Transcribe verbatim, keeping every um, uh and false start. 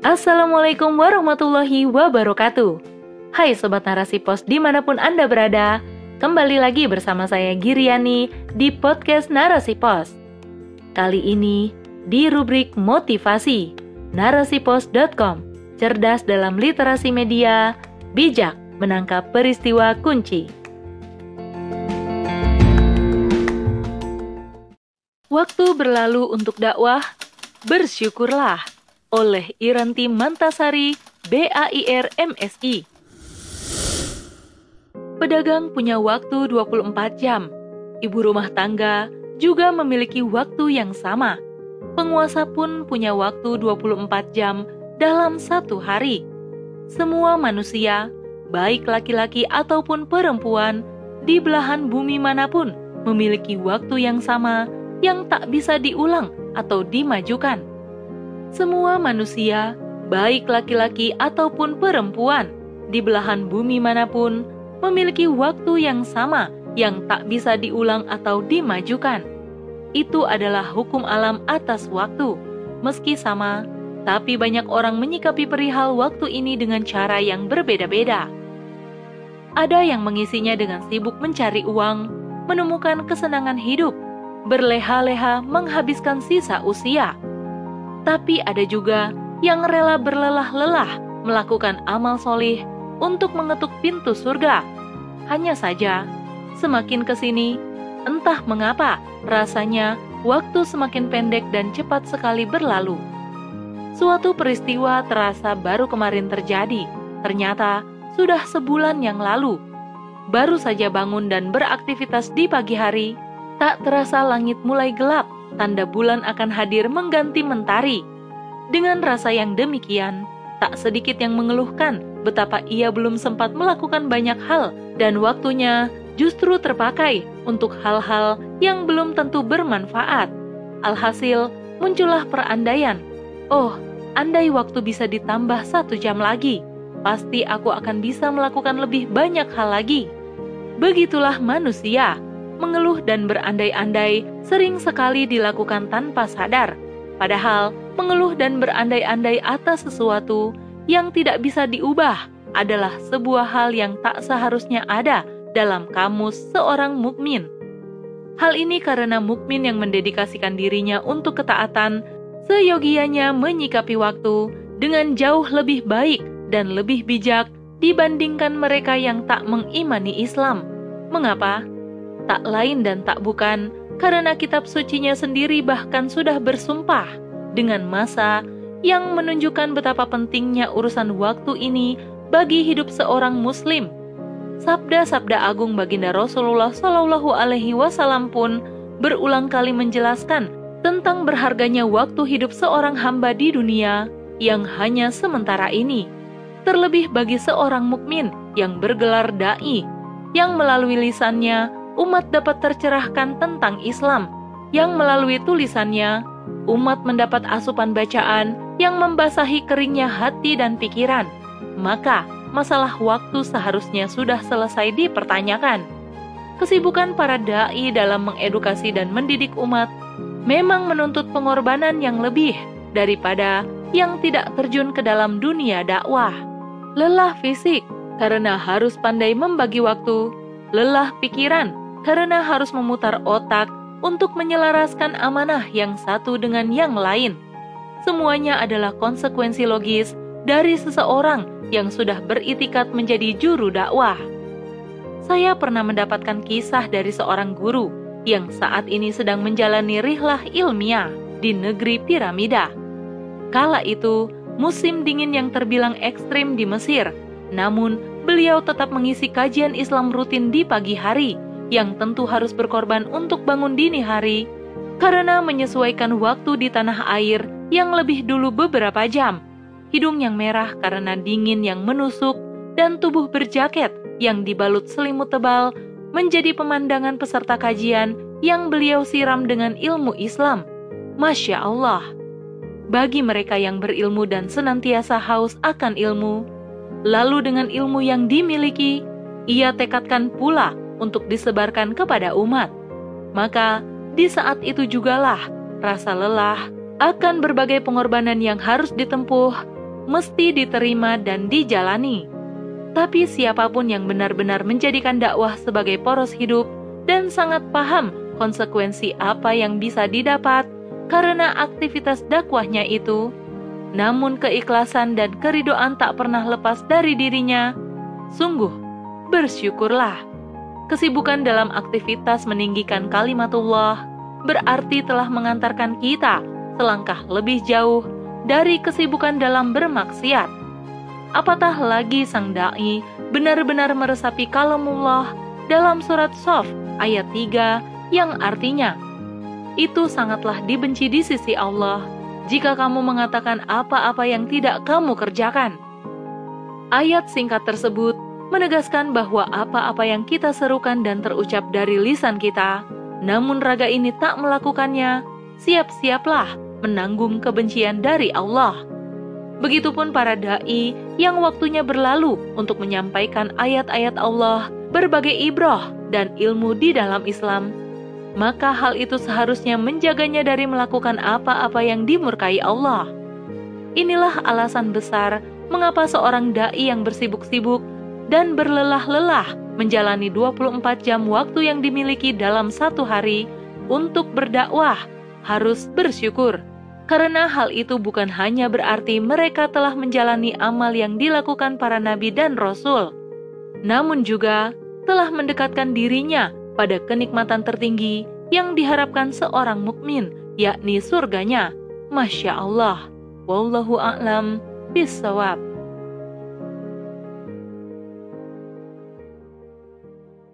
Assalamualaikum warahmatullahi wabarakatuh. Hai Sobat Narasi Pos dimanapun Anda berada, kembali lagi bersama saya Giriani di podcast Narasi Pos. Kali ini di rubrik motivasi, narasipos dot com, cerdas dalam literasi media, bijak menangkap peristiwa kunci. Waktu berlalu untuk dakwah, bersyukurlah, oleh Iranti Mantasari, B A I R M S I. Pedagang punya waktu dua puluh empat jam. Ibu rumah tangga juga memiliki waktu yang sama. Penguasa pun punya waktu dua puluh empat jam dalam satu hari. Semua manusia, baik laki-laki ataupun perempuan, di belahan bumi manapun memiliki waktu yang sama yang tak bisa diulang atau dimajukan. Semua manusia, baik laki-laki ataupun perempuan, di belahan bumi manapun memiliki waktu yang sama yang tak bisa diulang atau dimajukan. Itu adalah hukum alam atas waktu. Meski sama, tapi banyak orang menyikapi perihal waktu ini dengan cara yang berbeda-beda. Ada yang mengisinya dengan sibuk mencari uang, menemukan kesenangan hidup, berleha-leha menghabiskan sisa usia. Tapi ada juga yang rela berlelah-lelah melakukan amal solih untuk mengetuk pintu surga. Hanya saja, semakin kesini, entah mengapa, rasanya waktu semakin pendek dan cepat sekali berlalu. Suatu peristiwa terasa baru kemarin terjadi, ternyata sudah sebulan yang lalu. Baru saja bangun dan beraktivitas di pagi hari, tak terasa langit mulai gelap, tanda bulan akan hadir mengganti mentari. Dengan rasa yang demikian, tak sedikit yang mengeluhkan betapa ia belum sempat melakukan banyak hal dan waktunya justru terpakai untuk hal-hal yang belum tentu bermanfaat. Alhasil, muncullah perandaian. Oh, andai waktu bisa ditambah satu jam lagi, pasti aku akan bisa melakukan lebih banyak hal lagi. Begitulah manusia, mengeluh dan berandai-andai sering sekali dilakukan tanpa sadar. Padahal, mengeluh dan berandai-andai atas sesuatu yang tidak bisa diubah adalah sebuah hal yang tak seharusnya ada dalam kamus seorang mukmin. Hal ini karena mukmin yang mendedikasikan dirinya untuk ketaatan, seyogianya menyikapi waktu dengan jauh lebih baik dan lebih bijak dibandingkan mereka yang tak mengimani Islam. Mengapa? Tak lain dan tak bukan karena kitab sucinya sendiri bahkan sudah bersumpah dengan masa yang menunjukkan betapa pentingnya urusan waktu ini bagi hidup seorang muslim. Sabda-sabda agung baginda Rasulullah Shallallahu Alaihi Wasallam pun berulang kali menjelaskan tentang berharganya waktu hidup seorang hamba di dunia yang hanya sementara ini. Terlebih bagi seorang mukmin yang bergelar dai, yang melalui lisannya umat dapat tercerahkan tentang Islam, yang melalui tulisannya umat mendapat asupan bacaan yang membasahi keringnya hati dan pikiran. Maka masalah waktu seharusnya sudah selesai dipertanyakan. Kesibukan para dai dalam mengedukasi dan mendidik umat memang menuntut pengorbanan yang lebih daripada yang tidak terjun ke dalam dunia dakwah. Lelah fisik karena harus pandai membagi waktu, lelah pikiran karena harus memutar otak untuk menyelaraskan amanah yang satu dengan yang lain. Semuanya adalah konsekuensi logis dari seseorang yang sudah beritikat menjadi juru dakwah. Saya pernah mendapatkan kisah dari seorang guru yang saat ini sedang menjalani rihlah ilmiah di negeri piramida. Kala itu, musim dingin yang terbilang ekstrim di Mesir, namun beliau tetap mengisi kajian Islam rutin di pagi hari, yang tentu harus berkorban untuk bangun dini hari, karena menyesuaikan waktu di tanah air yang lebih dulu beberapa jam. Hidung yang merah karena dingin yang menusuk, dan tubuh berjaket yang dibalut selimut tebal menjadi pemandangan peserta kajian yang beliau siram dengan ilmu Islam. Masya Allah. Bagi mereka yang berilmu dan senantiasa haus akan ilmu, lalu dengan ilmu yang dimiliki, ia tekadkan pula untuk disebarkan kepada umat. Maka di saat itu jugalah rasa lelah akan berbagai pengorbanan yang harus ditempuh mesti diterima dan dijalani. Tapi siapapun yang benar-benar menjadikan dakwah sebagai poros hidup dan sangat paham konsekuensi apa yang bisa didapat karena aktivitas dakwahnya itu, namun keikhlasan dan keridoan tak pernah lepas dari dirinya, sungguh bersyukurlah. Kesibukan dalam aktivitas meninggikan kalimatullah berarti telah mengantarkan kita selangkah lebih jauh dari kesibukan dalam bermaksiat. Apatah lagi sang da'i benar-benar meresapi kalamullah dalam surat Shaf ayat tiga yang artinya, itu sangatlah dibenci di sisi Allah jika kamu mengatakan apa-apa yang tidak kamu kerjakan. Ayat singkat tersebut menegaskan bahwa apa-apa yang kita serukan dan terucap dari lisan kita, namun raga ini tak melakukannya, siap-siaplah menanggung kebencian dari Allah. Begitupun para da'i yang waktunya berlalu untuk menyampaikan ayat-ayat Allah, berbagai ibrah dan ilmu di dalam Islam, maka hal itu seharusnya menjaganya dari melakukan apa-apa yang dimurkai Allah. Inilah alasan besar mengapa seorang da'i yang bersibuk-sibuk dan berlelah-lelah menjalani dua puluh empat jam waktu yang dimiliki dalam satu hari untuk berdakwah harus bersyukur. Karena hal itu bukan hanya berarti mereka telah menjalani amal yang dilakukan para nabi dan rasul, namun juga telah mendekatkan dirinya pada kenikmatan tertinggi yang diharapkan seorang mukmin, yakni surganya. Masya Allah. Wallahu a'lam bishawab.